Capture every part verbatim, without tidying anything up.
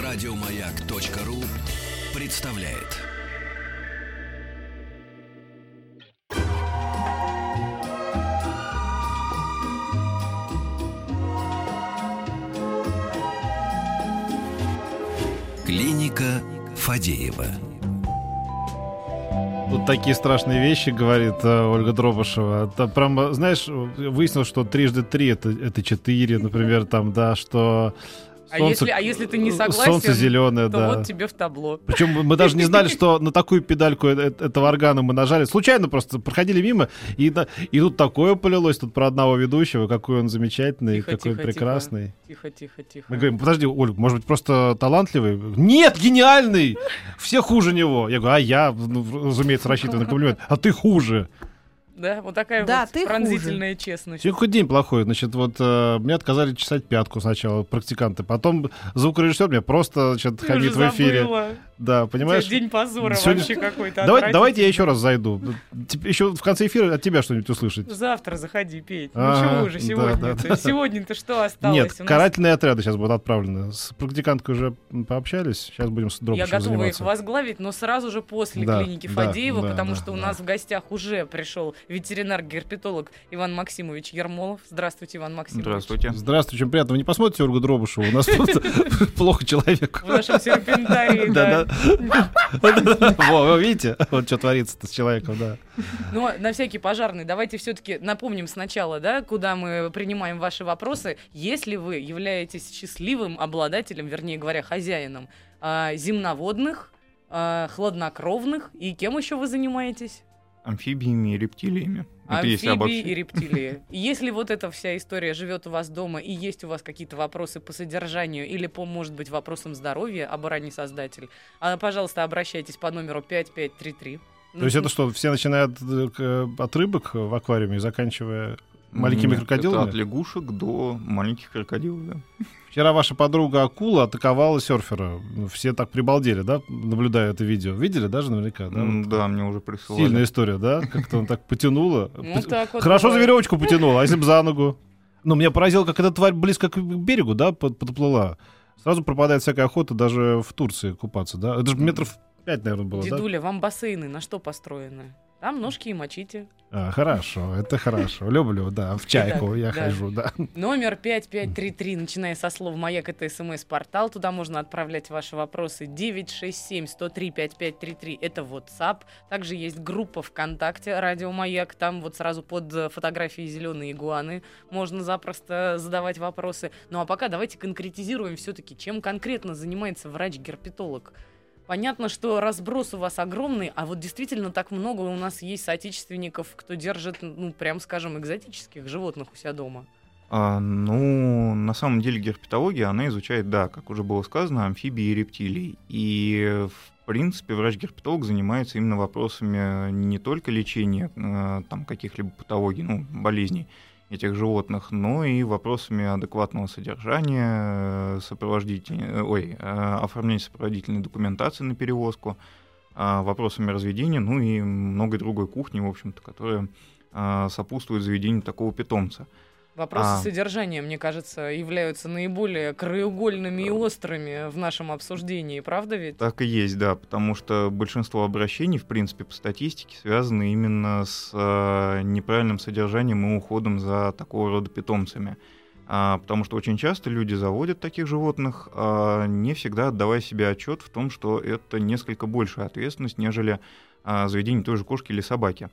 Радиомаяк.ру представляет. Клиника Фадеева. Тут такие страшные вещи, говорит э, Ольга Дробышева. Это прям, знаешь, выяснилось, что трижды три это, это четыре, например, там, да, что... А если, а если ты не согласен, солнце зеленое, то да. вот тебе в табло. Причем мы даже не знали, что на такую педальку этого органа мы нажали. Случайно просто проходили мимо, и, и тут такое полилось, тут про одного ведущего, какой он замечательный, тихо, какой тихо, он прекрасный. Тихо, тихо, тихо. Мы говорим, подожди, Ольга, может быть, просто талантливый? Нет, гениальный! Все хуже него. Я говорю, а я, ну, разумеется, рассчитываю на комплимент. А ты хуже. Да, вот такая да, вот ты пронзительная хуже. честность. Сегодня хоть день плохой. Значит, вот э, мне отказали чесать пятку сначала практиканты. Потом звукорежиссер меня просто, значит, хамит в эфире. Забыла. Да, понимаешь? День позора Сегодня... вообще какой-то. Давай, давайте я еще раз зайду. Еще в конце эфира от тебя что-нибудь услышать. Завтра заходи, Петь. Ну А-а, чего уже сегодня-то? Да, да, да. Сегодня-то что осталось? Нет, у нас... карательные отряды сейчас будут отправлены. С практиканткой уже пообщались. Сейчас будем с Дробышевым Я готова заниматься. их возглавить, но сразу же после да, клиники да, Фадеева, да, потому да, что у да. нас в гостях уже пришел ветеринар-герпетолог Иван Максимович Ермолов. Здравствуйте, Иван Максимович. Здравствуйте. Здравствуйте, очень приятно. Вы не посмотрите Ольгу Дробышеву? У нас плохо человек. В нашем серпентарии, да. Во, вы видите, вот что творится-то с человеком, да. Ну, на всякий пожарный, давайте все-таки напомним сначала, да, куда мы принимаем ваши вопросы. Если вы являетесь счастливым обладателем, вернее говоря, хозяином э, земноводных, э, хладнокровных, и кем еще вы занимаетесь? Амфибиями и рептилиями. Это Амфибии и рептилии. Если вот эта вся история живет у вас дома и есть у вас какие-то вопросы по содержанию или по, может быть, вопросам здоровья, оборони создатель, а, пожалуйста, обращайтесь по номеру пять пять три три. То есть это что, все начинают от рыбок в аквариуме и заканчивая маленькими Нет, крокодилами? Это от лягушек до маленьких крокодилов, да. Вчера ваша подруга акула атаковала серфера. Все так прибалдели, да, наблюдая это видео. Видели даже наверняка? Да, вот. Да, мне уже присылали. Сильная история, да? Как-то он так потянуло. Ну, так вот Хорошо бывает. за веревочку потянула, а если бы за ногу? Ну, меня поразило, как эта тварь близко к берегу, да, под- подплыла. Сразу пропадает всякая охота даже в Турции купаться, да? Это же метров пять, наверное, было, да? Дедуля, вам бассейны на что построены? Там ножки и мочите. А, хорошо, это хорошо. Люблю, да, в чайку я Да, хожу, да. Номер пять пять три три, начиная со слова «Маяк», это смс-портал. Туда можно отправлять ваши вопросы. девять шесть семь сто три пять пять три три, это WhatsApp. Также есть группа ВКонтакте «Радио Маяк». Там вот сразу под фотографией зеленые игуаны можно запросто задавать вопросы. Ну а пока давайте конкретизируем все-таки, чем конкретно занимается врач-герпетолог. Понятно, что разброс у вас огромный, а вот действительно так много у нас есть соотечественников, кто держит, ну, прям скажем, экзотических животных у себя дома. А, ну, на самом деле герпетология, она изучает, да, как уже было сказано, амфибии и рептилий. И, в принципе, врач-герпетолог занимается именно вопросами не только лечения э, там, каких-либо патологий, ну, болезней этих животных, но и вопросами адекватного содержания, сопровождительной, ой, оформления сопроводительной документации на перевозку, вопросами разведения, ну и многой другой кухни, в общем-то, которая сопутствует заведению такого питомца. Вопросы А... содержания, мне кажется, являются наиболее краеугольными и острыми в нашем обсуждении, правда ведь? Так и есть, да, потому что большинство обращений, в принципе, по статистике, связаны именно с э, неправильным содержанием и уходом за такого рода питомцами. А, потому что очень часто люди заводят таких животных, а, не всегда отдавая себе отчет в том, что это несколько большая ответственность, нежели а, заведение той же кошки или собаки.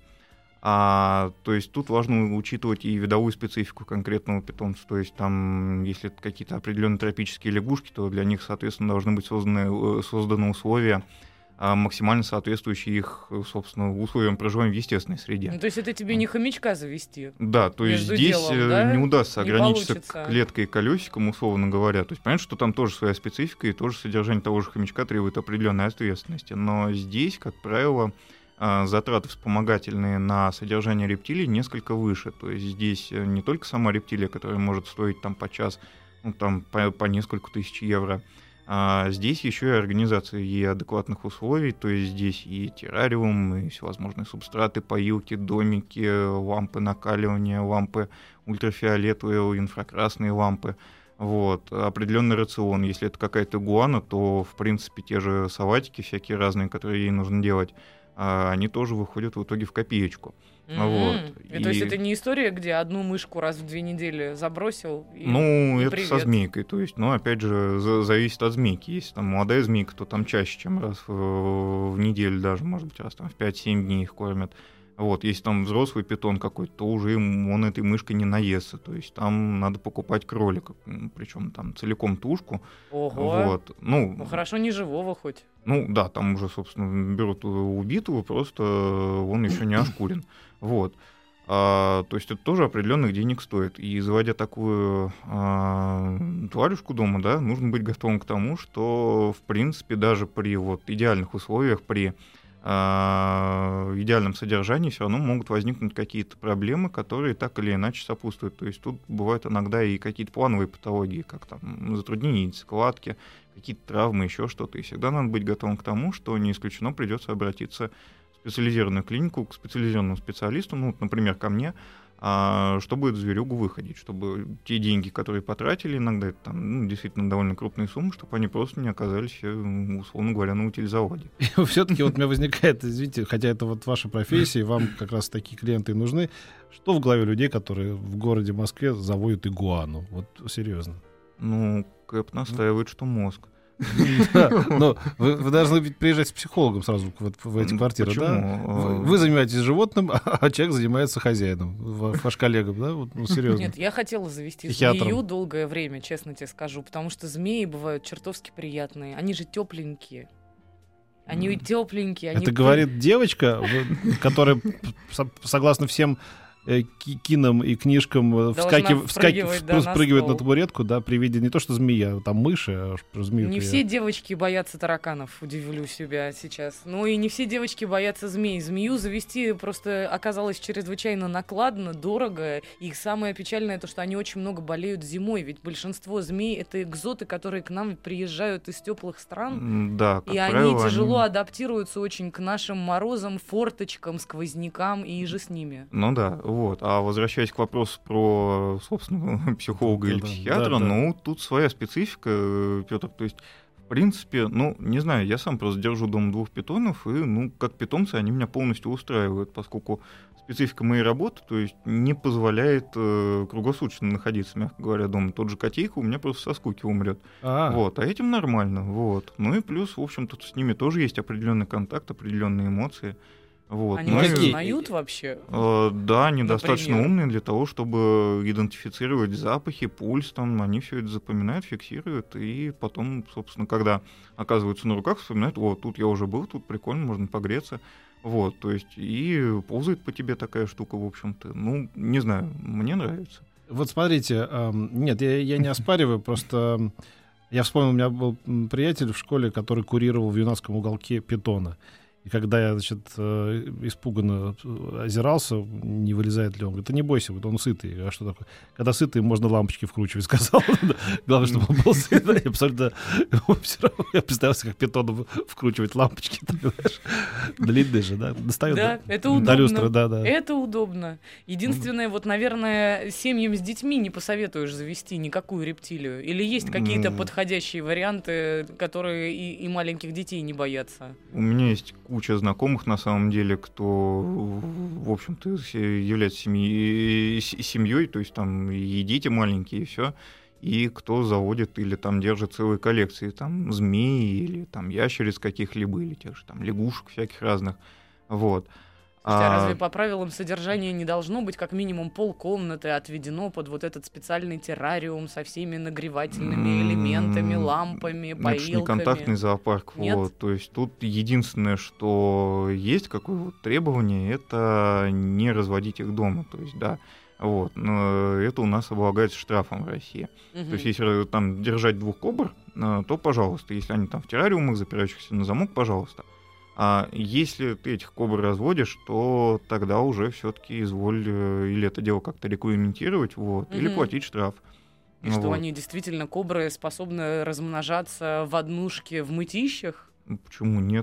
А, то есть тут важно учитывать и видовую специфику конкретного питомца. То есть там, если это какие-то определенные тропические лягушки, то для них, соответственно, должны быть созданы, созданы условия, а, максимально соответствующие их, собственно, условиям проживания в естественной среде. Ну, то есть это тебе не хомячка завести? Да, то есть Между здесь делом, да? не удастся Не ограничиться получится. клеткой и колесиком, условно говоря. То есть понятно, что там тоже своя специфика, и тоже содержание того же хомячка требует определенной ответственности. Но здесь, как правило, затраты вспомогательные на содержание рептилий несколько выше. То есть здесь не только сама рептилия, которая может стоить там подчас ну, там, по, по несколько тысяч евро, а здесь еще и организация ей адекватных условий, то есть здесь и террариум, и всевозможные субстраты, поилки, домики, лампы накаливания, лампы ультрафиолетовые, инфракрасные лампы. Вот, определенный рацион. Если это какая-то игуана, то, в принципе, те же салатики всякие разные, которые ей нужно делать, они тоже выходят в итоге в копеечку. Mm-hmm. Вот. И, и то есть это не история, где одну мышку раз в две недели забросил и Ну, и это привет. со змейкой. То есть, ну, опять же, за- зависит от змейки. Если там молодая змейка, то там чаще, чем раз в, в неделю даже, может быть, раз там в пять-семь дней их кормят. Вот, если там взрослый питон какой-то, то уже им- он этой мышкой не наестся. То есть там надо покупать кролика, причем там целиком тушку. Ого. Вот. Ну, Ну хорошо, не живого хоть. ну да, там уже, собственно, берут убитого, просто он еще не ошкурен. Вот. А, то есть это тоже определенных денег стоит. И заводя такую а, тварюшку дома, да, нужно быть готовым к тому, что, в принципе, даже при вот, идеальных условиях, при а, идеальном содержании все равно могут возникнуть какие-то проблемы, которые так или иначе сопутствуют. То есть тут бывают иногда и какие-то плановые патологии, как там затруднения складки, какие-то травмы, еще что-то. И всегда надо быть готовым к тому, что не исключено придется обратиться в специализированную клинику, к специализированному специалисту, ну, например, ко мне, а, чтобы эту зверюгу выходить, чтобы те деньги, которые потратили, иногда это там, ну, действительно довольно крупные суммы, чтобы они просто не оказались, условно говоря, на утилизаводе. Все-таки вот у меня возникает, извините, хотя это вот ваша профессия, и вам как раз такие клиенты и нужны, что в голове людей, которые в городе Москве заводят игуану? Вот серьезно. Ну, Кэп настаивает, что мозг. Но вы, вы должны приезжать с психологом сразу в, в эти квартиры, Почему? да? Вы, вы занимаетесь животным, а человек занимается хозяином, ваш коллега, да? Вот, ну, серьезно. Нет, я хотела завести Психиатром. змею долгое время, честно тебе скажу, потому что змеи бывают чертовски приятные. Они же тепленькие. Они М. тепленькие. Они Это говорит девочка, вы- которая, со- согласно всем э, ки- кинам и книжкам, э, Должна вскаки- вскаки- вспрыгивать, да, на спрыгивает на стол. табуретку, да, при виде не то что змея, а там мыши, а уж про змею. Не все девочки боятся тараканов, удивлю себя сейчас. Ну и не все девочки боятся змей. Змею завести просто оказалось чрезвычайно накладно, дорого. И самое печальное то, что они очень много болеют зимой. Ведь большинство змей — это экзоты, которые к нам приезжают из теплых стран. М, Да, как И правило, они тяжело адаптируются очень к нашим морозам, форточкам, сквознякам и же с ними. Ну да, вот. А возвращаясь к вопросу про, собственно, психолога или Да, психиатра, да, да. ну, тут своя специфика, Петр. То есть, в принципе, ну, не знаю, я сам просто держу дома двух питонов, и, ну, как питомцы они меня полностью устраивают, поскольку специфика моей работы, то есть, не позволяет э, круглосуточно находиться, мягко говоря, дома. Тот же котейка у меня просто со скуки умрет. А, Вот, а этим нормально, вот. Ну и плюс, в общем-то, с ними тоже есть определенный контакт, определенные эмоции. Вот. Они Ну вас и- какие? узнают вообще? Э, Да, они Например? достаточно умные для того, чтобы идентифицировать запахи, пульс, там, они все это запоминают, фиксируют, и потом, собственно, когда оказываются на руках, вспоминают: о, тут я уже был, тут прикольно, можно погреться. Вот, то есть, и ползает по тебе такая штука, в общем-то. Ну, не знаю, мне нравится. вот смотрите, эм, нет, я, я не оспариваю, просто эм, я вспомнил, у меня был м, приятель в школе, который курировал в юнацком уголке питона. И когда я, значит, э, испуганно озирался, не вылезает ли он, говорит: да не бойся, вот он сытый. А что такое? Когда сытый, можно лампочки вкручивать, сказал. Главное, чтобы он был сытый. Я абсолютно все равно я представился, как питону вкручивать лампочки. Длинные же, да? Достает. Да, это До удобно. люстры, да, да. Это удобно. Единственное, вот, наверное, семьям с детьми не посоветуешь завести никакую рептилию. Или есть какие-то Ну. подходящие варианты, которые и, и маленьких детей не боятся? У меня есть куча знакомых, на самом деле, кто, в общем-то, се- является семьей, семьей, то есть там и дети маленькие, и все, и кто заводит или там держит целые коллекции там змей или там ящериц каких-либо, или тех же там лягушек всяких разных, вот. Слушайте, а А, разве по правилам содержания не должно быть как минимум полкомнаты отведено под вот этот специальный террариум со всеми нагревательными М, элементами, лампами, ну, это ж не поилками? контактный зоопарк. Нет? Вот. То есть тут единственное, что есть, какое вот требование, это не разводить их дома. То есть, да, вот. Но это у нас облагается штрафом в России. Мгм. То есть, если там держать двух кобр, э, то пожалуйста. Если они там в террариумах, запирающихся на замок, пожалуйста. А если ты этих кобр разводишь, то тогда уже все-таки изволь э, или это дело как-то регламентировать, вот, или Мгм. платить штраф. И что Вот. они действительно, кобры, способны размножаться в однушке в мытищах? Ну, почему нет?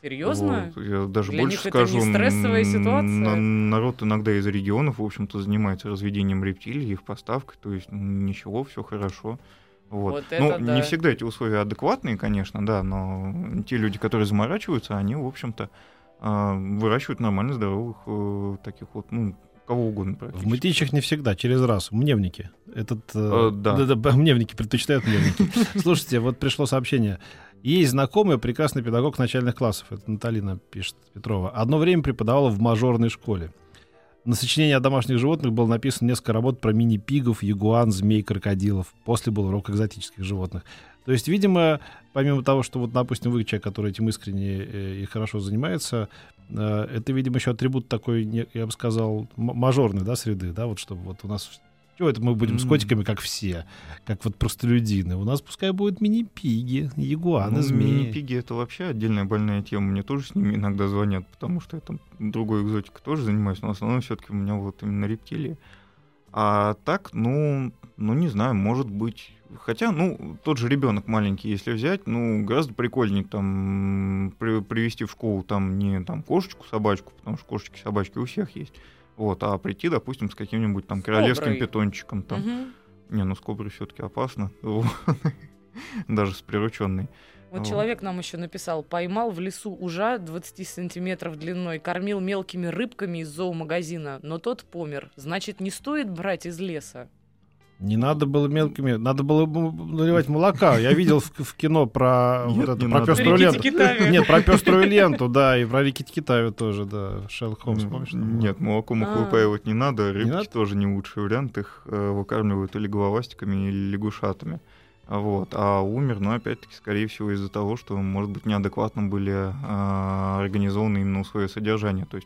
Серьезно? Вот. Я даже Для больше них это скажу, не стрессовая н- ситуация? на- народ иногда из регионов, в общем-то, занимается разведением рептилий, их поставкой, то есть м, ничего, все хорошо. Вот. Вот Ну, это да. не всегда эти условия адекватные, конечно, да, но те люди, которые заморачиваются, они, в общем-то, а, выращивают нормально здоровых э, таких вот, ну, кого угодно В практически. мытищах не всегда, через раз. Мневники. Этот, э, Э, да. да-да, мневники предпочитают мневники. Слушайте, вот пришло сообщение. Есть знакомая, прекрасный педагог начальных классов. Это Наталина пишет, Петрова. Одно время преподавала в мажорной школе. На сочинение о домашних животных было написано несколько работ про мини-пигов, ягуан, змей, крокодилов. После был урок экзотических животных. То есть, видимо, помимо того, что, вот, допустим, вы человек, который этим искренне э, и хорошо занимается, э, это, видимо, еще атрибут такой, не- я бы сказал, м- мажорной, да, среды, да, вот чтобы вот у нас... Чего это мы будем с М. котиками, как все, как вот простолюдины? У нас пускай будут мини-пиги, ягуаны, Ну, змеи. мини-пиги — это вообще отдельная больная тема. Мне тоже с ними иногда звонят, потому что я там другой экзотикой тоже занимаюсь, но в основном все-таки у меня вот именно рептилии. А так, ну, ну, не знаю, может быть. Хотя, ну, тот же ребенок маленький, если взять, ну, гораздо прикольнее там при- привести в школу там не там кошечку, собачку, потому что кошечки, собачки у всех есть. Вот, а прийти, допустим, с каким-нибудь там С королевским коброй. питончиком там. Мгм. Не, ну с коброй все-таки опасно. Даже с прирученной. Вот Вот. человек нам еще написал: поймал в лесу ужа двадцать сантиметров длиной, кормил мелкими рыбками из зоомагазина, но тот помер. Значит, не стоит брать из леса? Не надо было мелкими, надо было м- наливать молока. Я видел в, в кино про Нет, вот это, не про надо. пеструю Рикки ленту. Тикки-Тави. Нет, про пеструю ленту, да, и про Рикки Тикки-Тави тоже, да. Шерлок Холмс, помнишь? там? Нет, молоком их А. выпаивать не надо, рыбки надо? тоже не лучший вариант, их э, выкармливают или головастиками, или лягушатами. А Вот. А умер, ну, опять-таки, скорее всего, из-за того, что, может быть, неадекватно были а, организованы именно условия содержания. То есть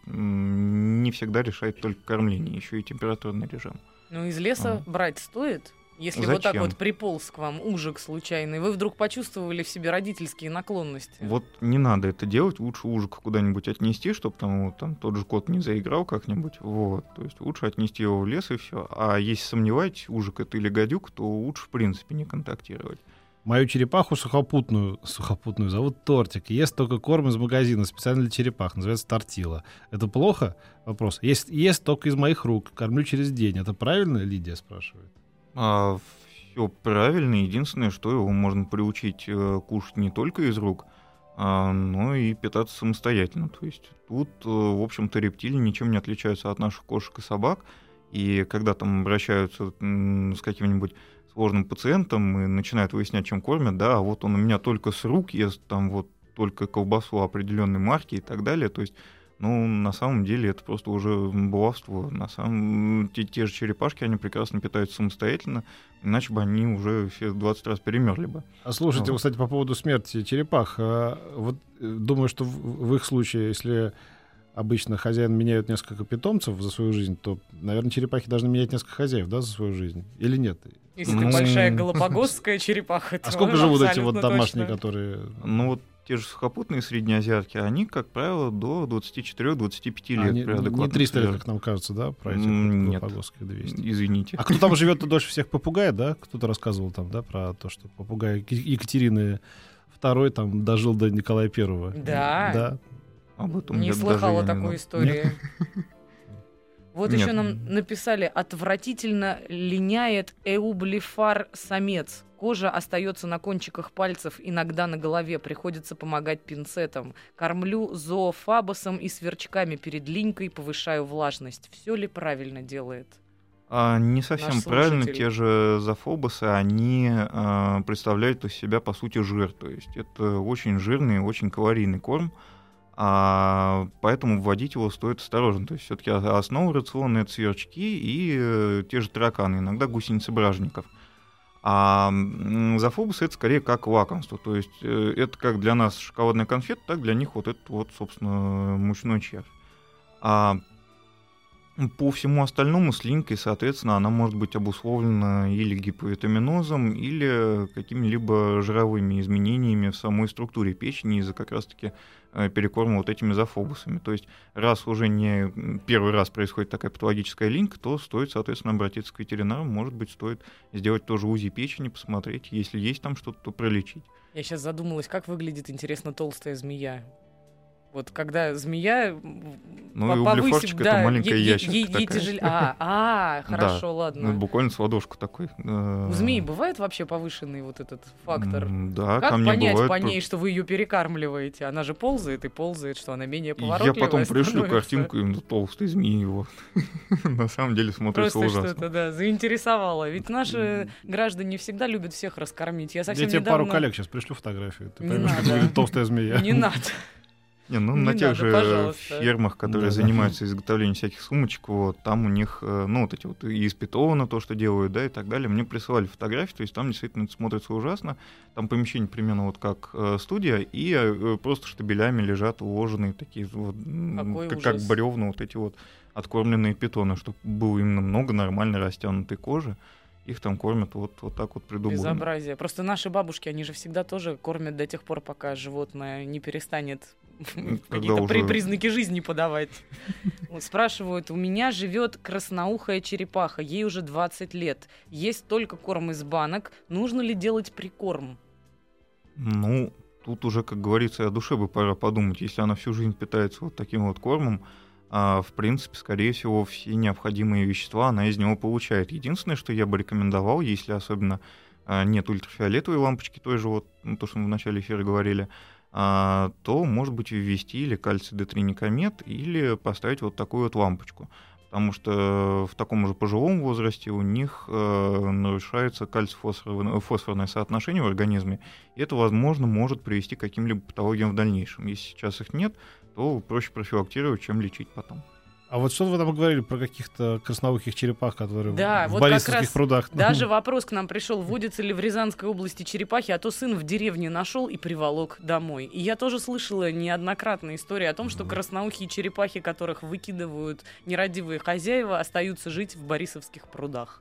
м, не всегда решает только кормление, еще и температурный режим. Ну, из леса брать стоит? Если вот так Зачем? вот приполз к вам ужик случайный, вы вдруг почувствовали в себе родительские наклонности? Вот не надо это делать, лучше ужик куда-нибудь отнести, чтобы там, вот, там тот же кот не заиграл как-нибудь. Вот. То есть лучше отнести его в лес и все. А если сомневаетесь, ужик это или гадюк, то лучше в принципе не контактировать. Мою черепаху сухопутную, сухопутную зовут Тортик. Ест только корм из магазина, специально для черепах, называется тортила. Это плохо? Вопрос. Ест, ест только из моих рук, кормлю через день. Это правильно, Лидия спрашивает? А, все правильно. Единственное, что его можно приучить э, кушать не только из рук, а, но и питаться самостоятельно. То есть тут, э, в общем-то, рептилии ничем не отличаются от наших кошек и собак. И когда там обращаются м, с каким-нибудь сложным пациентом и начинают выяснять, чем кормят, да, а вот он у меня только с рук ест, там вот только колбасу определенной марки и так далее. То есть, ну, на самом деле это просто уже баловство. На самом те, те же черепашки, они прекрасно питаются самостоятельно, иначе бы они уже все двадцать раз перемерли бы. А слушайте, Вот. кстати, по поводу смерти черепах. а, Вот э, думаю, что в, в их случае, если обычно хозяин меняет несколько питомцев за свою жизнь, то, наверное, черепахи должны менять несколько хозяев, да, за свою жизнь? Или нет? Если Ну, ты большая галапагосская черепаха, то А сколько живут эти абсолютно вот домашние, точно. которые... Ну вот те же сухопутные среднеазиатки, они, как правило, до двадцати четырёх — двадцати пяти А, лет не, при не адекватном триста лет, содержании. как нам кажется, да, про этих М, нет. галапагосских двести? Извините. А кто там живет дольше всех? Попугай, да? Кто-то рассказывал там, да, про то, что попугай Ек- Екатерины второй там дожил до Николая Первого. Да. Да. Об этом Не я даже слыхала я не такой знал. истории. Вот Нет. еще нам написали: отвратительно линяет эублифар самец. Кожа остается на кончиках пальцев, иногда на голове. Приходится помогать пинцетом. Кормлю зоофабосом и сверчками перед линькой, повышаю влажность. Все ли правильно делает? А, не совсем Наш правильно. слушатель. Те же зоофобосы, они а, представляют из себя, по сути, жир. То есть это очень жирный, очень калорийный корм. А, поэтому вводить его стоит осторожно. То есть все-таки основа рациона — это сверчки и э, те же тараканы, иногда гусеницы бражников. А м, зоофобусы — это скорее как лакомство. То есть э, это как для нас шоколадная конфета, так для них вот этот вот, собственно, мучной червь. А по всему остальному с линькой, соответственно, она может быть обусловлена или гиповитаминозом, или какими-либо жировыми изменениями в самой структуре печени из-за как раз-таки э, перекорма вот этими зоофобусами. То есть раз уже не первый раз происходит такая патологическая линька, то стоит, соответственно, обратиться к ветеринару. Может быть, стоит сделать тоже УЗИ печени, посмотреть, если есть там что-то, то пролечить. Я сейчас задумалась, как выглядит, интересно, толстая змея. Вот когда змея Ну, по- и повысит, углефорчик — да, это маленькая е- е- ящерка е- такая. тяжелее. А, а, хорошо, Да. ладно. Ну, буквально с ладошку такой. У змеи бывает вообще повышенный вот этот фактор? Да, Как ко мне понять бывает. по ней, что вы ее перекармливаете? Она же ползает и ползает, что она менее Я поворотливая потом пришлю становится. картинку именно толстой змеи его. На самом деле смотрится Просто ужасно. что-то, да, заинтересовало. Ведь наши граждане всегда любят всех раскормить. Я Я совсем тебе недавно... пару коллег сейчас пришлю фотографию. Ты Не поймешь, как надо. выглядит толстая змея. Не надо. Не, ну Не на тех надо, же пожалуйста. фермах, которые Да-да. занимаются изготовлением всяких сумочек, вот, там у них, э, ну, вот эти вот и из питона то, что делают, да, и так далее, мне присылали фотографии, то есть там действительно это смотрится ужасно. Там помещение примерно вот как э, студия, и э, просто штабелями лежат уложенные такие вот, м, Какой как, как ужас. бревна, вот эти вот откормленные питоны, чтобы было именно много нормально растянутой кожи. Их там кормят вот, вот так вот придумано. Безобразие. Просто наши бабушки, они же всегда тоже кормят до тех пор, пока животное не перестанет Когда какие-то при- уже- признаки жизни подавать. Вот спрашивают, у меня живет красноухая черепаха, ей уже двадцать лет. Есть только корм из банок. Нужно ли делать прикорм? Ну, тут уже, как говорится, о душе бы пора подумать. Если она всю жизнь питается вот таким вот кормом, а, в принципе, скорее всего, все необходимые вещества она из него получает. Единственное, что я бы рекомендовал, если особенно а, нет ультрафиолетовой лампочки, той же вот, ну, то, что мы в начале эфира говорили, а, то, может быть, ввести или кальций дэ три никомет, или поставить вот такую вот лампочку. Потому что в таком же пожилом возрасте у них э, нарушается кальций-фосфорное фосфорное соотношение в организме, и это, возможно, может привести к каким-либо патологиям в дальнейшем. Если сейчас их нет, то проще профилактировать, чем лечить потом. А вот что вы там говорили про каких-то красноухих черепах, которые Да, в вот как Борисовских раз прудах? Даже вопрос к нам пришел, водятся ли в Рязанской области черепахи, а то сын в деревне нашел и приволок домой. И я тоже слышала неоднократно истории о том, что красноухие черепахи, которых выкидывают нерадивые хозяева, остаются жить в Борисовских прудах.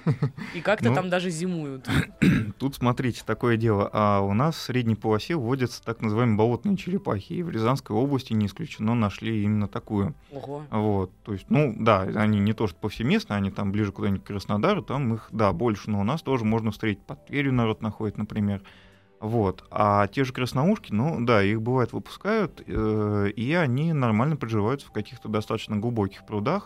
И как-то Ну, там даже зимуют. Тут, смотрите, такое дело. А у нас в средней полосе водятся так называемые болотные черепахи, и в Рязанской области не исключено нашли именно такую. Ого. Вот, то есть, ну, да, они не то что повсеместно, они там ближе куда-нибудь к Краснодару, там их, да, больше, но у нас тоже можно встретить, под Тверью народ находит, например. Вот, а те же красноушки, ну, да, их бывает выпускают, э, и они нормально приживаются в каких-то достаточно глубоких прудах,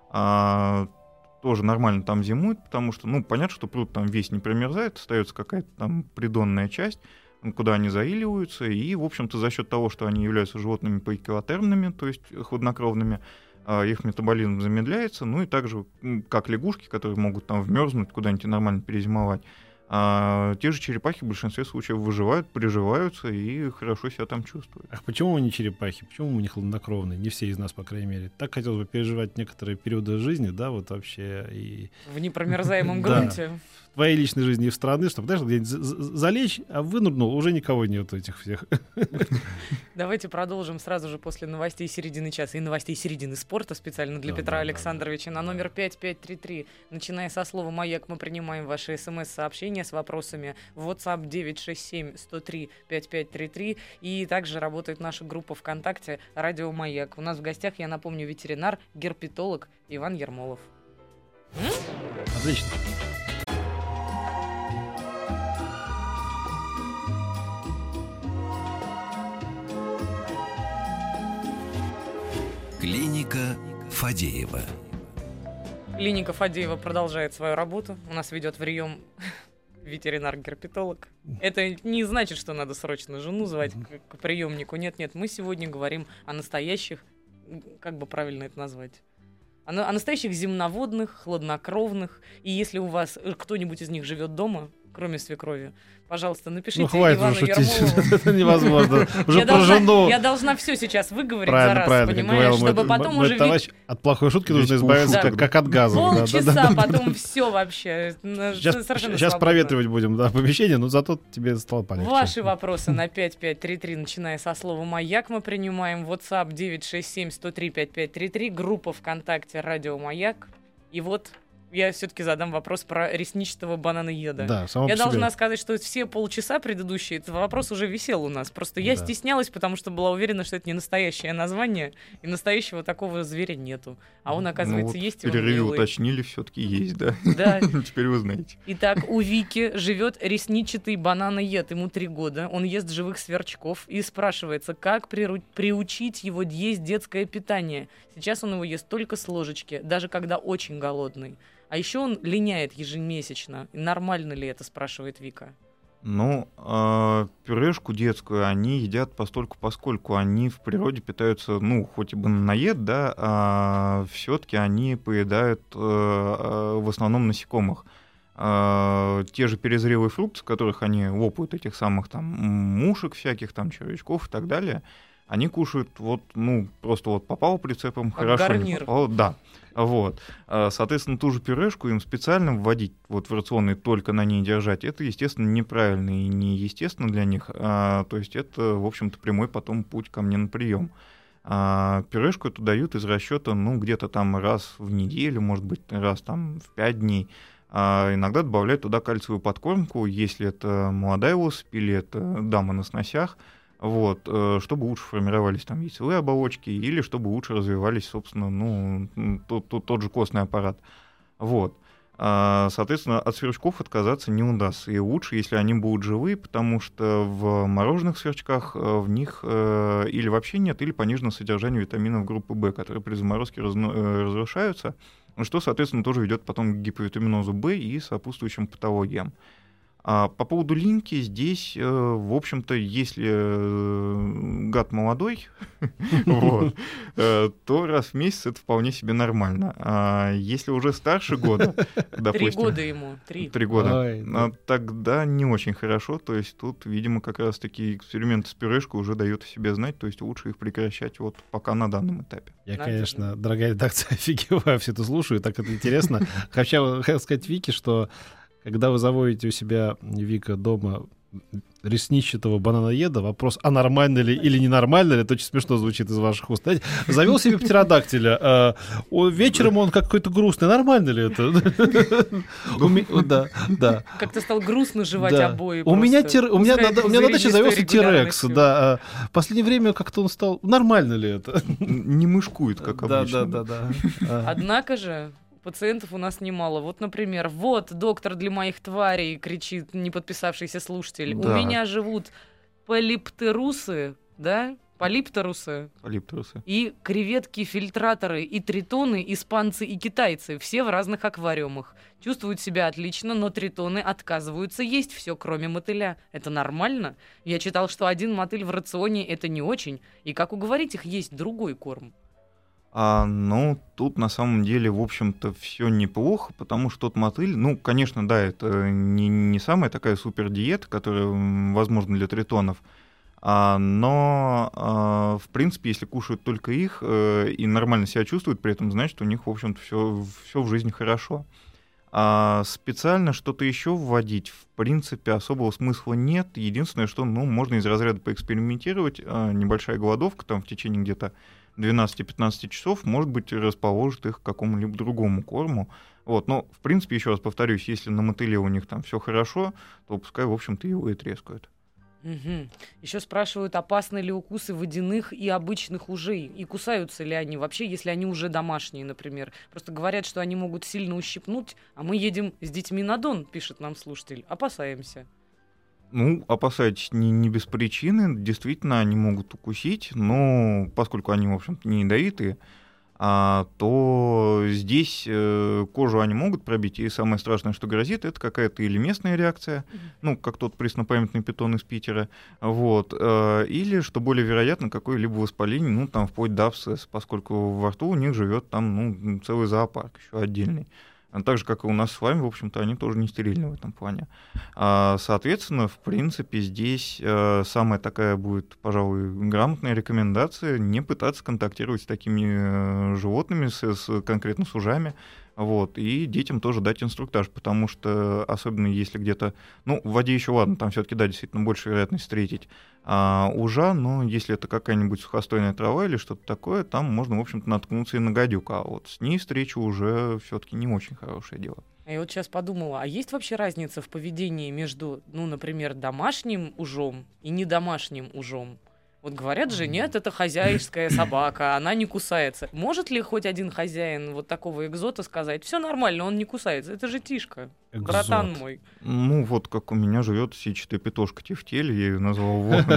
а, тоже нормально там зимуют, потому что, ну, понятно, что пруд там весь не промерзает, остается какая-то там придонная часть, куда они заиливаются, и, в общем-то, за счет того, что они являются животными поикилотермными, то есть хладнокровными, их метаболизм замедляется, ну и также, как лягушки, которые могут там вмерзнуть, куда-нибудь нормально перезимовать, а те же черепахи в большинстве случаев выживают, приживаются и хорошо себя там чувствуют. Ах, почему мы не черепахи? Почему мы не хладнокровные? Не все из нас, по крайней мере. Так хотелось бы переживать некоторые периоды жизни, да, вот вообще. И В непромерзаемом Да. грунте. в твоей личной жизни и в страны, чтобы, знаешь, где-нибудь за- за- залечь, а вынырнул, уже никого нет этих всех. Давайте продолжим сразу же после новостей середины часа и новостей середины спорта специально для Да, Петра да, да, Александровича на номер пять пять три три. Начиная со слова «Маяк» мы принимаем ваши смс-сообщения с вопросами в WhatsApp девять шесть семь сто три пять пять три три. И также работает наша группа ВКонтакте «Радио Маяк». У нас в гостях, я напомню, ветеринар, герпетолог Иван Ермолов. Отлично. Клиника Фадеева. Клиника Фадеева продолжает свою работу. У нас ведет прием ветеринар-герпетолог. Это не значит, что надо срочно жену звать к, к приемнику. Нет-нет, мы сегодня говорим о настоящих, как бы правильно это назвать, о, на- о настоящих земноводных, хладнокровных. И если у вас э, кто-нибудь из них живет дома, кроме свекрови, пожалуйста, напишите Ну, хватит Ивану уже шутить. Ермолову. Это невозможно. Уже Я про должна, жену. я должна все сейчас выговорить за Правильно, раз, правильно, как понимаешь, говорил мой- чтобы потом мой уже товарищ, от плохой шутки нужно Весь избавиться, полшуток. как, как от газа. да, да, полчаса, да. потом все вообще. н- Сейчас, совершенно сейчас свободно. проветривать будем, да, помещение, но зато тебе стало полегче. Ваши вопросы на пять пять три три, начиная со слова «Маяк», мы принимаем. WhatsApp девять шесть семь сто три пять пять три три, группа ВКонтакте «Радио Маяк». И вот я все-таки задам вопрос про ресничатого бананоеда. Да, само я по себе. должна сказать, что все полчаса предыдущие этот вопрос уже висел у нас. Просто я Да. стеснялась, потому что была уверена, что это не настоящее название, и настоящего такого зверя нету. А он, оказывается, Ну, вот есть, в и он перерыве милый. уточнили, все-таки есть, да. Да. Теперь вы знаете. Итак, у Вики живет ресничатый бананоед, ему три года, он ест живых сверчков, и спрашивается, как приру- приучить его есть детское питание. Сейчас он его ест только с ложечки, даже когда очень голодный. А еще он линяет ежемесячно. И нормально ли это, спрашивает Вика? Ну, э, пюрешку детскую они едят постольку, поскольку они в природе питаются, ну, хоть и бананоед, да, а все-таки они поедают э, э, в основном насекомых. Э, те же перезрелые фрукты, с которых они лопают этих самых там мушек всяких, там червячков и так далее, они кушают вот, ну, просто вот попал прицепом, Как хорошо, не гарнир. попал, да. Вот. А, Соответственно, ту же пюрешку им специально вводить вот в рацион и только на ней держать, это, естественно, неправильно и неестественно для них. А, то есть это, в общем-то, прямой потом путь ко мне на прием. А, пюрешку эту дают из расчета, ну, где-то там раз в неделю, может быть, раз там в пять дней. А иногда добавляют туда кальциевую подкормку, если это молодая особь или это дама на сносях, вот, э, чтобы лучше формировались там яйцевые оболочки или чтобы лучше развивались, собственно, ну, тот, тот, тот же костный аппарат. Вот. А, соответственно, от сверчков отказаться не удастся. И лучше, если они будут живые, потому что в мороженых сверчках э, в них э, или вообще нет, или понижено содержание витаминов группы В, которые при заморозке разно- э, разрушаются, что, соответственно, тоже ведет потом к гиповитаминозу В и сопутствующим патологиям. А по поводу линьки здесь, э, в общем-то, если э, гад молодой, вот, э, то раз в месяц это вполне себе нормально. А если уже старше года, Три допустим... года ему. Три. Три года. Ой, а, да. Тогда не очень хорошо. То есть тут, видимо, как раз-таки эксперименты с пюрешкой уже дают о себе знать. То есть лучше их прекращать вот пока на данном этапе. Я, Надежда. конечно, дорогая редакция, офигеваю, все это слушаю, так это интересно. Хочу хотел сказать Вике, что когда вы заводите у себя, Вика, дома ресничатого бананоеда, вопрос, а нормально ли или ненормально ли, это очень смешно звучит из ваших уст. Знаете, завел себе птеродактиля, а, о, вечером он какой-то грустный, нормально ли это? У ме- Да, да. Как-то стал грустно жевать Да. обои. У меня, просто. тир- у, меня Пускай на, у меня на пузыри даче не завелся с той Тирекс. регулярностью. Да. а В последнее время как-то он стал... Нормально ли это? Не мышкует, как Да, обычно. да, да, да. А. Однако же пациентов у нас немало. Вот, например, вот доктор для моих тварей, кричит неподписавшийся слушатель. Да. У меня живут полиптерусы, да? Полиптерусы. Полиптерусы. И креветки-фильтраторы, и тритоны, испанцы и китайцы. Все в разных аквариумах. Чувствуют себя отлично, но тритоны отказываются есть все, кроме мотыля. Это нормально? Я читал, что один мотыль в рационе — это не очень. И как уговорить их есть другой корм? А, ну, тут на самом деле, в общем-то, все неплохо, потому что тот мотыль, ну, конечно, да, это не, не самая такая супер диета, которая м, возможна для тритонов, а, но, а, в принципе, если кушают только их э, и нормально себя чувствуют при этом, значит, у них, в общем-то, все, все в жизни хорошо. А специально что-то еще вводить, в принципе, особого смысла нет. Единственное, что, ну, можно из разряда поэкспериментировать, а, небольшая голодовка там в течение где-то двенадцать-пятнадцать часов, может быть, расположит их к какому-либо другому корму. Вот. Но, в принципе, еще раз повторюсь, если на мотыле у них там все хорошо, то пускай, в общем-то, его и трескают. Угу. Еще спрашивают, опасны ли укусы водяных и обычных ужей, и кусаются ли они вообще, если они уже домашние, например. Просто говорят, что они могут сильно ущипнуть, а мы едем с детьми на Дон, пишет нам слушатель. Опасаемся. Ну, опасайтесь не, не без причины, действительно, они могут укусить, но поскольку они, в общем-то, не ядовитые, а, то здесь э, кожу они могут пробить, и самое страшное, что грозит, это какая-то или местная реакция, mm-hmm. ну, как тот преснопамятный питон из Питера, вот, э, или, что более вероятно, какое-либо воспаление, ну, там, вплоть до абсцесса, поскольку во рту у них живет там, ну, целый зоопарк еще отдельный. Так же, как и у нас с вами, в общем-то, они тоже не стерильны в этом плане. А, соответственно, в принципе, здесь а, самая такая будет, пожалуй, грамотная рекомендация не пытаться контактировать с такими а, животными, с, с, конкретно с ужами, Вот, и детям тоже дать инструктаж, потому что, особенно если где-то, ну, в воде еще ладно, там все-таки, да, действительно больше вероятность встретить а, ужа, но если это какая-нибудь сухостойная трава или что-то такое, там можно, в общем-то, наткнуться и на гадюку, а вот с ней встреча уже все-таки не очень хорошее дело. Я вот сейчас подумала, а есть вообще разница в поведении между, ну, например, домашним ужом и недомашним ужом? Вот говорят же, нет, это хозяйская собака, она не кусается. Может ли хоть один хозяин вот такого экзота сказать, все нормально, он не кусается, это же Тишка, Экзот. братан мой. Ну, вот как у меня живет сетчатая петушка Тефтель, я ее назвал Ворон.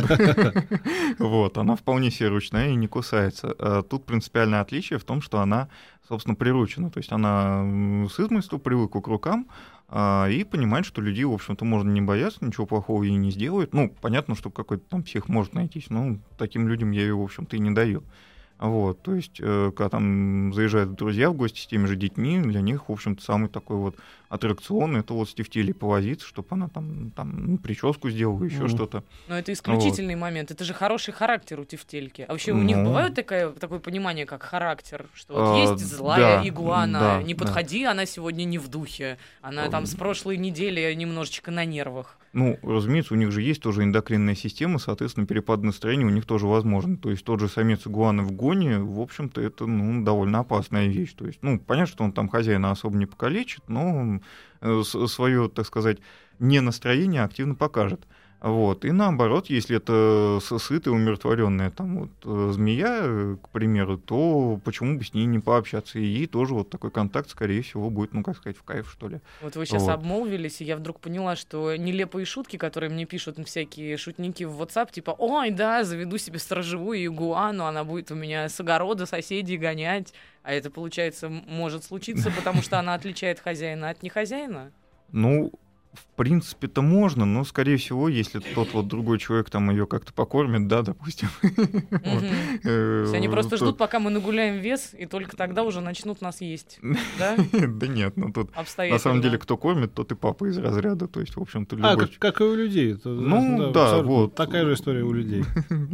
Вот, она вполне себе ручная и не кусается. Тут принципиальное отличие в том, что она, собственно, приручена. То есть она с измольства привыкла к рукам, и понимает, что людей, в общем-то, можно не бояться, ничего плохого ей не сделают. Ну, понятно, что какой-то там псих может найтись, но таким людям я ее, в общем-то, и не даю. Вот, то есть, когда там заезжают друзья в гости с теми же детьми, для них, в общем-то, самый такой вот аттракцион — это вот с Тефтелей повозиться, чтобы она там, там ну, прическу сделала, еще mm. что-то. Но это исключительный вот. момент, это же хороший характер у Тефтельки. А вообще у ну... них бывает такое, такое понимание, как характер, что вот а, есть злая да, игуана, да, не подходи, да. она сегодня не в духе, она там с прошлой недели немножечко на нервах. Ну, разумеется, у них же есть тоже эндокринная система, соответственно, перепад настроения у них тоже возможен. То есть тот же самец игуаны в гоне, в общем-то, это ну, довольно опасная вещь. То есть, ну, понятно, что он там хозяина особо не покалечит, но свое, так сказать, ненастроение активно покажет. Вот. И наоборот, если это сытая, умиротворенная там вот змея, к примеру, то почему бы с ней не пообщаться? И ей тоже вот такой контакт, скорее всего, будет, ну, как сказать, в кайф, что ли. Вот вы сейчас вот. обмолвились, и я вдруг поняла, что нелепые шутки, которые мне пишут всякие шутники в WhatsApp, типа, ой, да, заведу себе сторожевую игуану, она будет у меня с огорода соседей гонять. А это, получается, может случиться, потому что она отличает хозяина от нехозяина? Ну, в принципе-то можно, но, скорее всего, если тот вот другой человек там ее как-то покормит, да, допустим. Они просто ждут, пока мы нагуляем вес, и только тогда уже начнут нас есть, да? Да нет, ну тут на самом деле кто кормит, тот и папа из разряда, то есть, в общем-то, любой... А, как и у людей. Ну, да, вот. Такая же история у людей.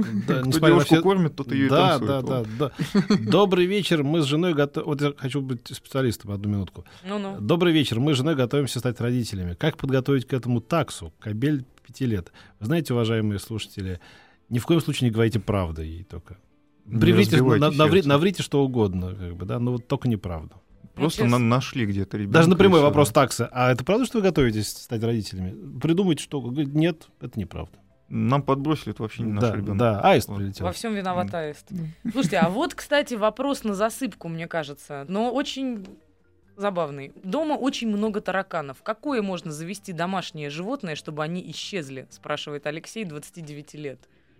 Кто девушку кормит, тот ее и танцует. Да, да, да. Добрый вечер, мы с женой готовы... Вот я хочу быть специалистом, одну минутку. Добрый вечер, мы с женой готовимся стать родителями. Как подготовить к этому таксу? Кобель пяти лет. Вы знаете, уважаемые слушатели, ни в коем случае не говорите правду ей только. Приврите, на, наври, наврите что угодно, как бы, да, но вот только неправду. Просто ну, на, нашли где-то ребенка. Даже на прямой вопрос да. таксы. А это правда, что вы готовитесь стать родителями? Придумайте, что... Нет, это неправда. Нам подбросили, это вообще не наш да, ребенок. Да, аист вот. прилетел. Во всем виноват аист. Слушайте, а вот, кстати, вопрос на засыпку, мне кажется, но очень... забавный. Дома очень много тараканов. Какое можно завести домашнее животное, чтобы они исчезли? Спрашивает Алексей, двадцати девяти лет.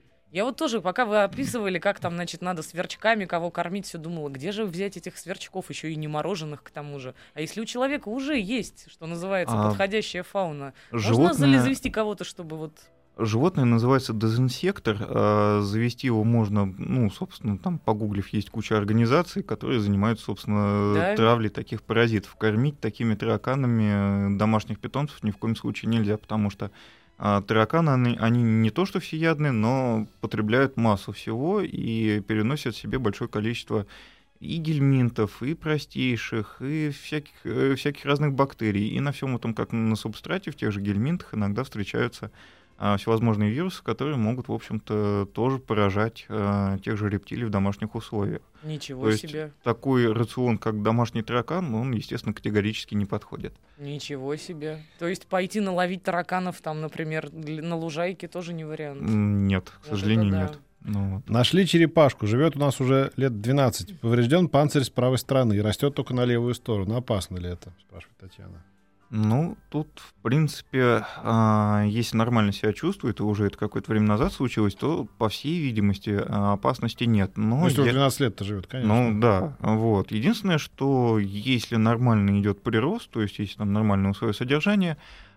Я вот тоже, пока вы описывали, как там, значит, надо сверчками кого кормить, все думала, где же взять этих сверчков, еще и не мороженых к тому же. А если у человека уже есть, что называется, а подходящая фауна, животное... можно ли завести кого-то, чтобы вот... Животное называется дезинсектор. Завести его можно, ну, собственно, там, погуглив, есть куча организаций, которые занимаются, собственно, да? травлей таких паразитов. Кормить такими тараканами домашних питомцев ни в коем случае нельзя, потому что тараканы, они, они не то что всеядные, но потребляют массу всего и переносят в себе большое количество и гельминтов, и простейших, и всяких, всяких разных бактерий. И на всем этом, как на субстрате, в тех же гельминтах иногда встречаются всевозможные вирусы, которые могут, в общем-то, тоже поражать э, тех же рептилий в домашних условиях. Ничего То себе. Есть, такой рацион, как домашний таракан, он, естественно, категорически не подходит. Ничего себе. То есть пойти наловить тараканов, там, например, на лужайке тоже не вариант? Нет, к вот сожалению, да. нет. Ну, вот. Нашли черепашку, живет у нас уже лет двенадцать. Поврежден панцирь с правой стороны и растет только на левую сторону. Опасно ли это? Спрашивает Татьяна. Ну, тут, в принципе, если нормально себя чувствует, и уже это какое-то время назад случилось, то, по всей видимости, опасности нет. Но если я... он двенадцать лет-то живет, конечно. Ну, да, вот. Единственное, что если нормально идет прирост, то есть если там нормальное условие содержания,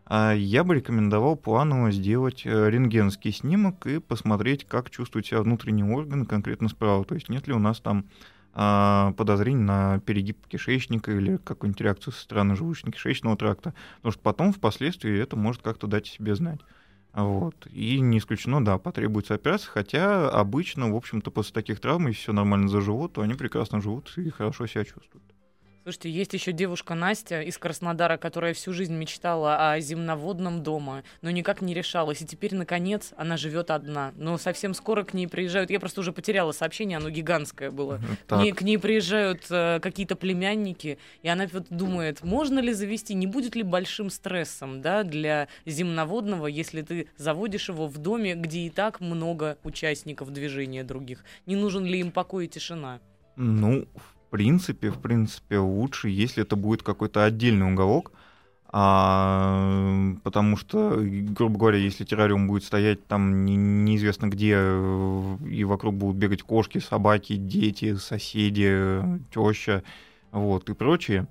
я бы рекомендовал планово сделать рентгенский снимок и посмотреть, как чувствуют себя внутренние органы конкретно справа. То есть нет ли у нас там подозрений на перегиб кишечника или какую-нибудь реакцию со стороны желудочно-кишечного тракта, потому что потом, впоследствии, это может как-то дать о себе знать. Вот. И не исключено, да, потребуется операция, хотя обычно, в общем-то, после таких травм, если все нормально заживут, то они прекрасно живут и хорошо себя чувствуют. Слушайте, есть еще девушка Настя из Краснодара, которая всю жизнь мечтала о земноводном доме, но никак не решалась. И теперь, наконец, она живет одна. Но совсем скоро к ней приезжают... Я просто уже потеряла сообщение, оно гигантское было. К ней, к ней приезжают э, какие-то племянники, и она вот думает, можно ли завести, не будет ли большим стрессом, да, для земноводного, если ты заводишь его в доме, где и так много участников движения других. Не нужен ли им покой и тишина? Ну, в принципе, в принципе, лучше, если это будет какой-то отдельный уголок, а, потому что, грубо говоря, если террариум будет стоять там не, неизвестно где, и вокруг будут бегать кошки, собаки, дети, соседи, теща, вот, и прочее,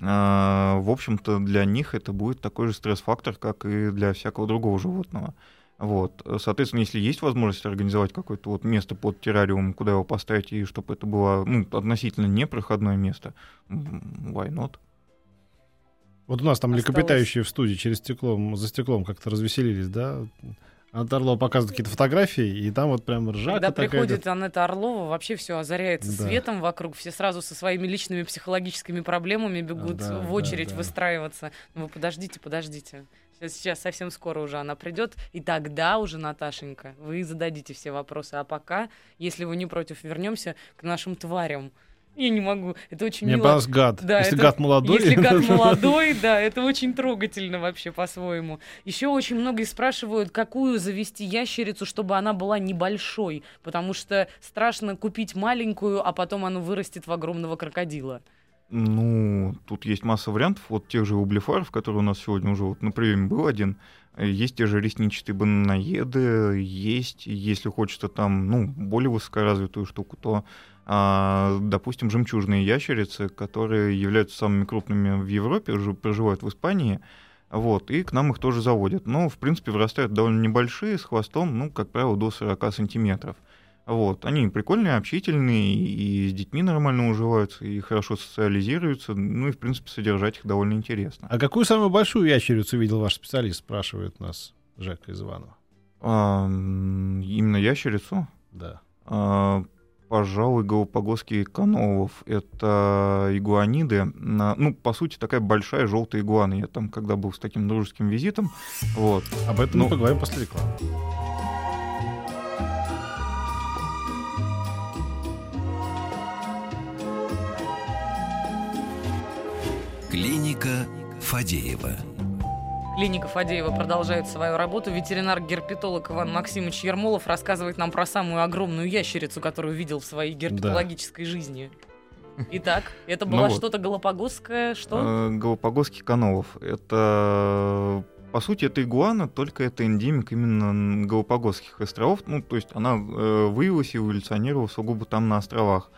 а, в общем-то, для них это будет такой же стресс-фактор, как и для всякого другого животного. Вот. Соответственно, если есть возможность организовать какое-то вот место под террариум, куда его поставить, и чтобы это было, ну, относительно непроходное место, why not? Вот у нас там Осталось... млекопитающие в студии через стеклом, за стеклом как-то развеселились, да? Анетта Орлова показывает какие-то фотографии, и там вот прям ржака Когда такая. приходит Анетта Орлова, вообще все озаряется Да. светом вокруг, все сразу со своими личными психологическими проблемами бегут Да, в да, очередь да. выстраиваться. Ну вы подождите, подождите. Сейчас, сейчас совсем скоро уже она придет, и тогда уже, Наташенька, вы зададите все вопросы. А пока, если вы не против, вернемся к нашим тварям. Я не могу, это очень Мне мило. понравился гад. Да, Если это- гад молодой. Если гад молодой, да, это очень трогательно вообще по-своему. Еще очень многие спрашивают, какую завести ящерицу, чтобы она была небольшой, потому что страшно купить маленькую, а потом она вырастет в огромного крокодила. Ну, тут есть масса вариантов. Вот тех же ублефаров, которые у нас сегодня уже вот на приеме был один. Есть те же ресничатые бананоеды, есть, если хочется там, ну, более высокоразвитую штуку, то, а, допустим, жемчужные ящерицы, которые являются самыми крупными в Европе, уже проживают в Испании, вот, и к нам их тоже заводят. Но, в принципе, вырастают довольно небольшие, с хвостом, ну, как правило, до сорок сантиметров. Вот. Они прикольные, общительные, и с детьми нормально уживаются, и хорошо социализируются, ну и, в принципе, содержать их довольно интересно. А какую самую большую ящерицу видел ваш специалист, спрашивает нас Жека из Иванова. А, м, именно ящерицу? Да. А, пожалуй, галапагосские каноулов. Это игуаниды. На- ну, по сути, такая большая желтая игуана. Я там, когда был с таким дружеским визитом, вот. Об этом Ну, мы поговорим после рекламы. Клиника Фадеева. Клиника Фадеева продолжает свою работу. Ветеринар-герпетолог Иван Максимович Ермолов рассказывает нам про самую огромную ящерицу, которую видел в своей герпетологической жизни. Итак, это Ну было вот. что-то галапагосское, что? А, галапагосских каноулов. Это, по сути, это игуана, только это эндемик именно Галапагосских островов. Ну, то есть она э, выявилась и эволюционировала сугубо там на островах.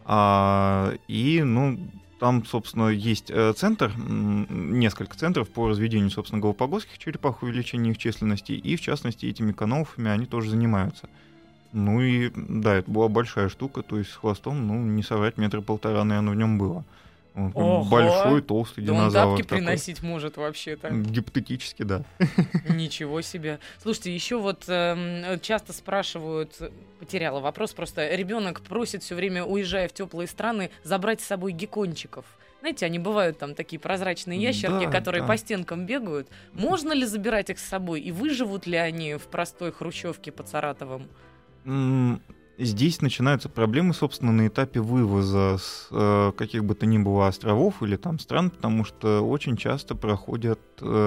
А, и, ну, там, собственно, есть э, центр, м, несколько центров по разведению, собственно, галапагосских черепах, увеличению их численности, и, в частности, этими каноулфами они тоже занимаются. Ну и, да, это была большая штука, то есть с хвостом, ну, не соврать, метра полтора, наверное, в нем было. Он прям Ого! большой, толстый Да он динозавр тапки такой. приносить может вообще-то. Гипотетически, да. Ничего себе. Слушайте, еще вот эм, часто спрашивают, потеряла вопрос, просто ребенок просит все время, уезжая в теплые страны, забрать с собой геккончиков. Знаете, они бывают там такие прозрачные ящерки, Да, которые да. по стенкам бегают. Можно ли забирать их с собой? И выживут ли они в простой хрущевке под Саратовом? М, Здесь начинаются проблемы, собственно, на этапе вывоза с э, каких бы то ни было островов или там стран, потому что очень часто проходят,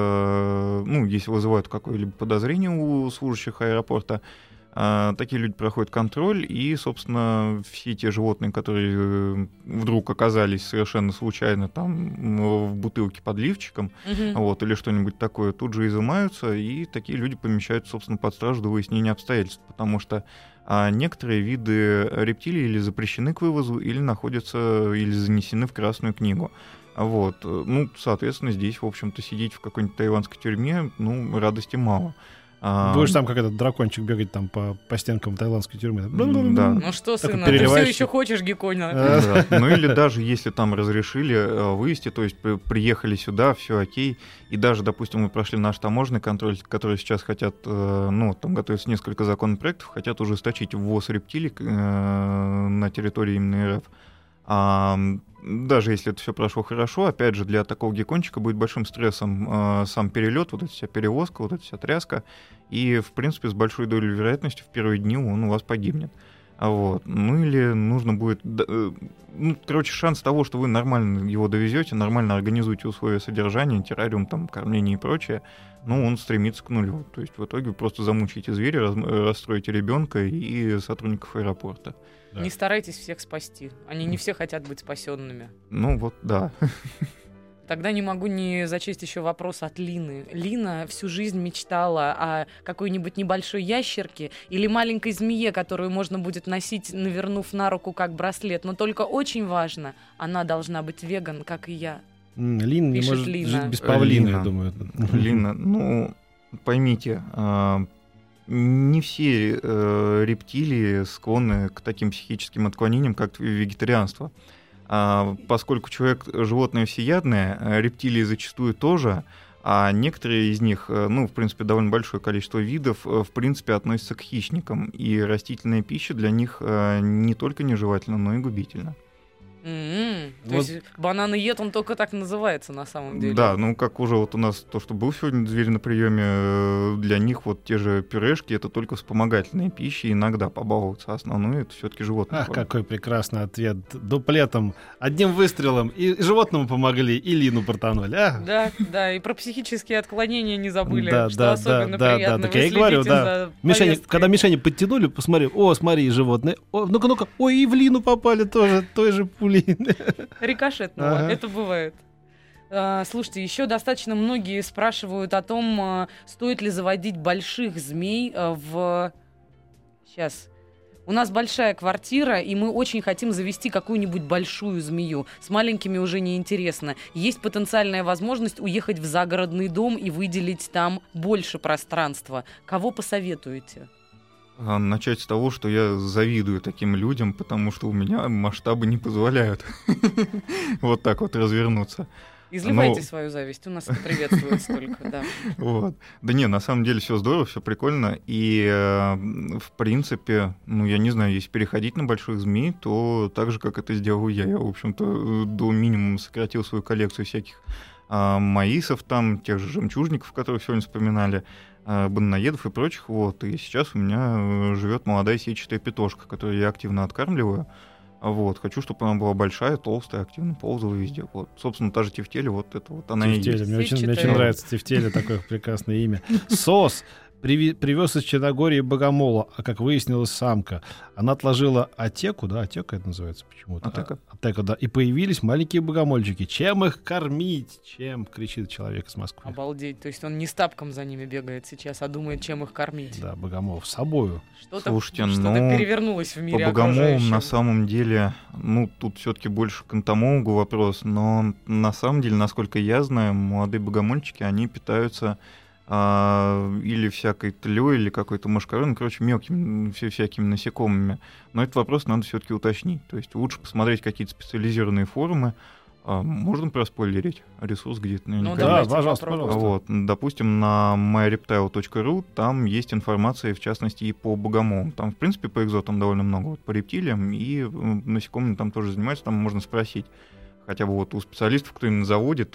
э, ну, если вызывают какое-либо подозрение у служащих аэропорта, э, такие люди проходят контроль, и, собственно, все те животные, которые э, вдруг оказались совершенно случайно там м, в бутылке под лифчиком, Мгм. вот, или что-нибудь такое, тут же изымаются, и такие люди помещаются, собственно, под стражу до выяснения обстоятельств, потому что а, некоторые виды рептилий или запрещены к вывозу, или находятся, или занесены в Красную книгу. Вот. Ну, соответственно, здесь, в общем-то, сидеть в какой-нибудь тайванской тюрьме, ну, радости мало. А, Будешь там как этот дракончик бегать там по, по стенкам таиландской тюрьмы. да. Ну что, Так сына, ты все переливаешь- еще хочешь гекконя? Э, Да. Ну или даже если там разрешили э, вывести, то есть при- приехали сюда, все окей, и даже, допустим, мы прошли наш таможенный контроль, который сейчас хотят, э, ну, там готовится несколько законопроектов, хотят ужесточить ввоз рептилий э, на территории именно РФ. А, даже если это все прошло хорошо, опять же, для такого геккончика будет большим стрессом э, сам перелет, вот эта вся перевозка, вот эта вся тряска, и, в принципе, с большой долей вероятности в первые дни он у вас погибнет. А вот. Ну или нужно будет... Ну, короче, шанс того, что вы нормально его довезете, нормально организуете условия содержания, террариум, там, кормление и прочее, ну, он стремится к нулю. То есть в итоге вы просто замучаете зверя, раз, расстроите ребенка и сотрудников аэропорта. Да. Не старайтесь всех спасти. Они не все хотят быть спасенными. Ну вот, да. Тогда не могу не зачесть еще вопрос от Лины. Лина всю жизнь мечтала о какой-нибудь небольшой ящерке или маленькой змее, которую можно будет носить, навернув на руку как браслет. Но только очень важно, она должна быть веган, как и я. Лина не может Лина. жить без павлина, Лина. я думаю. Лина, ну, поймите, не все рептилии склонны к таким психическим отклонениям, как вегетарианство. Поскольку человек животное всеядное, рептилии зачастую тоже, а некоторые из них, ну, в принципе, довольно большое количество видов, в принципе, относятся к хищникам, и растительная пища для них не только нежелательна, но и губительна. Mm-hmm. Вот. То есть бананоед, он только так называется на самом деле. Да, ну как уже вот у нас то, что был сегодня зверь на приеме, для них вот те же пюрешки — это только вспомогательная пища, иногда побаловаться, основное — это все-таки животное. Ах, какой прекрасный ответ. Дуплетом, одним выстрелом и животному помогли, и Лину портанули. А? Да, да, и про психические отклонения не забыли, Да, что да, особенно да, приятно. да, так Вы я и говорю, следите да. за Мишень, повесткой. когда мишени подтянули, посмотри, о, смотри, животное. О, ну-ка, ну-ка, ой, и в Лину попали тоже, той же пули. Рикошетного, Ага. это бывает. А, слушайте, еще достаточно многие спрашивают о том, а, стоит ли заводить больших змей а, в... Сейчас. У нас большая квартира, и мы очень хотим завести какую-нибудь большую змею. С маленькими уже неинтересно. Есть потенциальная возможность уехать в загородный дом и выделить там больше пространства. Кого посоветуете? Начать с того, что я завидую таким людям, потому что у меня масштабы не позволяют вот так вот развернуться. Изливайте Ну, свою зависть, у нас это приветствуется только, да. Вот. Да не, на самом деле все здорово, все прикольно. И, э, в принципе, ну, я не знаю, если переходить на больших змей, то так же, как это сделал я. Я, в общем-то, до минимума сократил свою коллекцию всяких э, маисов, там, тех же жемчужников, которых сегодня вспоминали, э, бананоедов и прочих. Вот. И сейчас у меня живет молодая сетчатая петошка, которую я активно откармливаю. Вот. Хочу, чтобы она была большая, толстая, активно ползала везде. Вот. Собственно, та же Тефтели, вот это вот она Тефтели. и есть. Мне очень, мне очень Сетчатая. нравится Тефтели, такое прекрасное имя. Сос приви- привез из Черногории богомола, а как выяснилось, самка. Она отложила отеку, да, отека это называется почему-то. Отека. А, отека, да. И появились маленькие богомольчики. Чем их кормить? Чем? Кричит человек из Москвы. Обалдеть, то есть он не с тапком за ними бегает сейчас, а думает, чем их кормить. Да, богомолов. С собою. Что-то, Слушайте, что-то ну, перевернулось в По мире богомолам окружающем. на самом деле, ну, тут все-таки больше к энтомологу вопрос, но на самом деле, насколько я знаю, молодые богомольчики, они питаются а, или всякой тлей, или какой-то мошкарой, ну, короче, мелкими, все, всякими насекомыми. Но этот вопрос надо все-таки уточнить. То есть лучше посмотреть какие-то специализированные форумы. А, можно проспойлерить? Ресурс где-то наверняка. Ну, Да, давайте пожалуйста, попробуем. пожалуйста. Вот, допустим, на my reptile точка ру там есть информация, в частности, и по богомолам. Там, в принципе, по экзотам довольно много, вот, по рептилиям, и э, насекомыми там тоже занимаются, там можно спросить. Хотя бы вот у специалистов, кто именно заводит, и,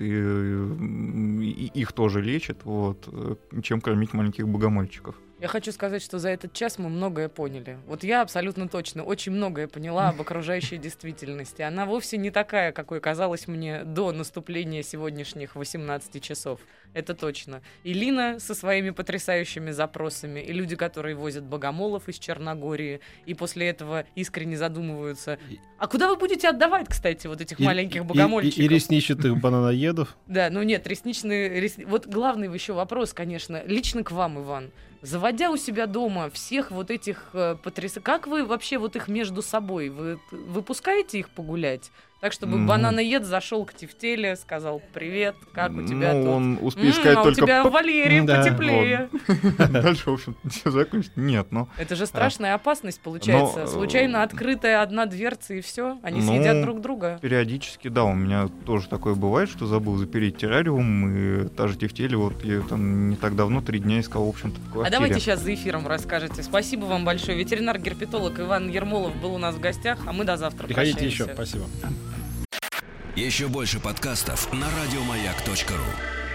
и их тоже лечит, вот, э, чем кормить маленьких богомольчиков. Я хочу сказать, что за этот час мы многое поняли. Вот я абсолютно точно очень многое поняла об окружающей действительности. Она вовсе не такая, какой казалась мне до наступления сегодняшних восемнадцати часов. Это точно. И Лина со своими потрясающими запросами, и люди, которые возят богомолов из Черногории, и после этого искренне задумываются. А куда вы будете отдавать, кстати, вот этих И- маленьких и- богомольчиков? И, и ресничатых бананоедов. Да, ну нет, ресничные... рес- Вот главный еще вопрос, конечно, лично к вам, Иван. Заводя у себя дома всех вот этих э, потряс... Как вы вообще вот их между собой? Вы выпускаете их погулять? Так, чтобы Ну. бананоед зашел к Тефтеле, сказал «Привет, как у тебя ну, тут?» он успеет «М, сказать а только... у тебя «Пап». Валерия Да. потеплее. Дальше, в общем, все закончится. Нет, ну... Это же страшная опасность получается. Но, Случайно э, открытая одна дверца и все. Они ну, съедят друг друга. Периодически, да, у меня тоже такое бывает, что забыл запереть террариум, и та же Тефтели, вот я там не так давно, три дня искал, в общем-то, в квартире. А давайте сейчас за эфиром расскажете. Спасибо вам большое. Ветеринар-герпетолог Иван Ермолов был у нас в гостях, а мы до завтра Приходите прощаемся. еще. Спасибо. Еще больше подкастов на радиомаяк точка ру.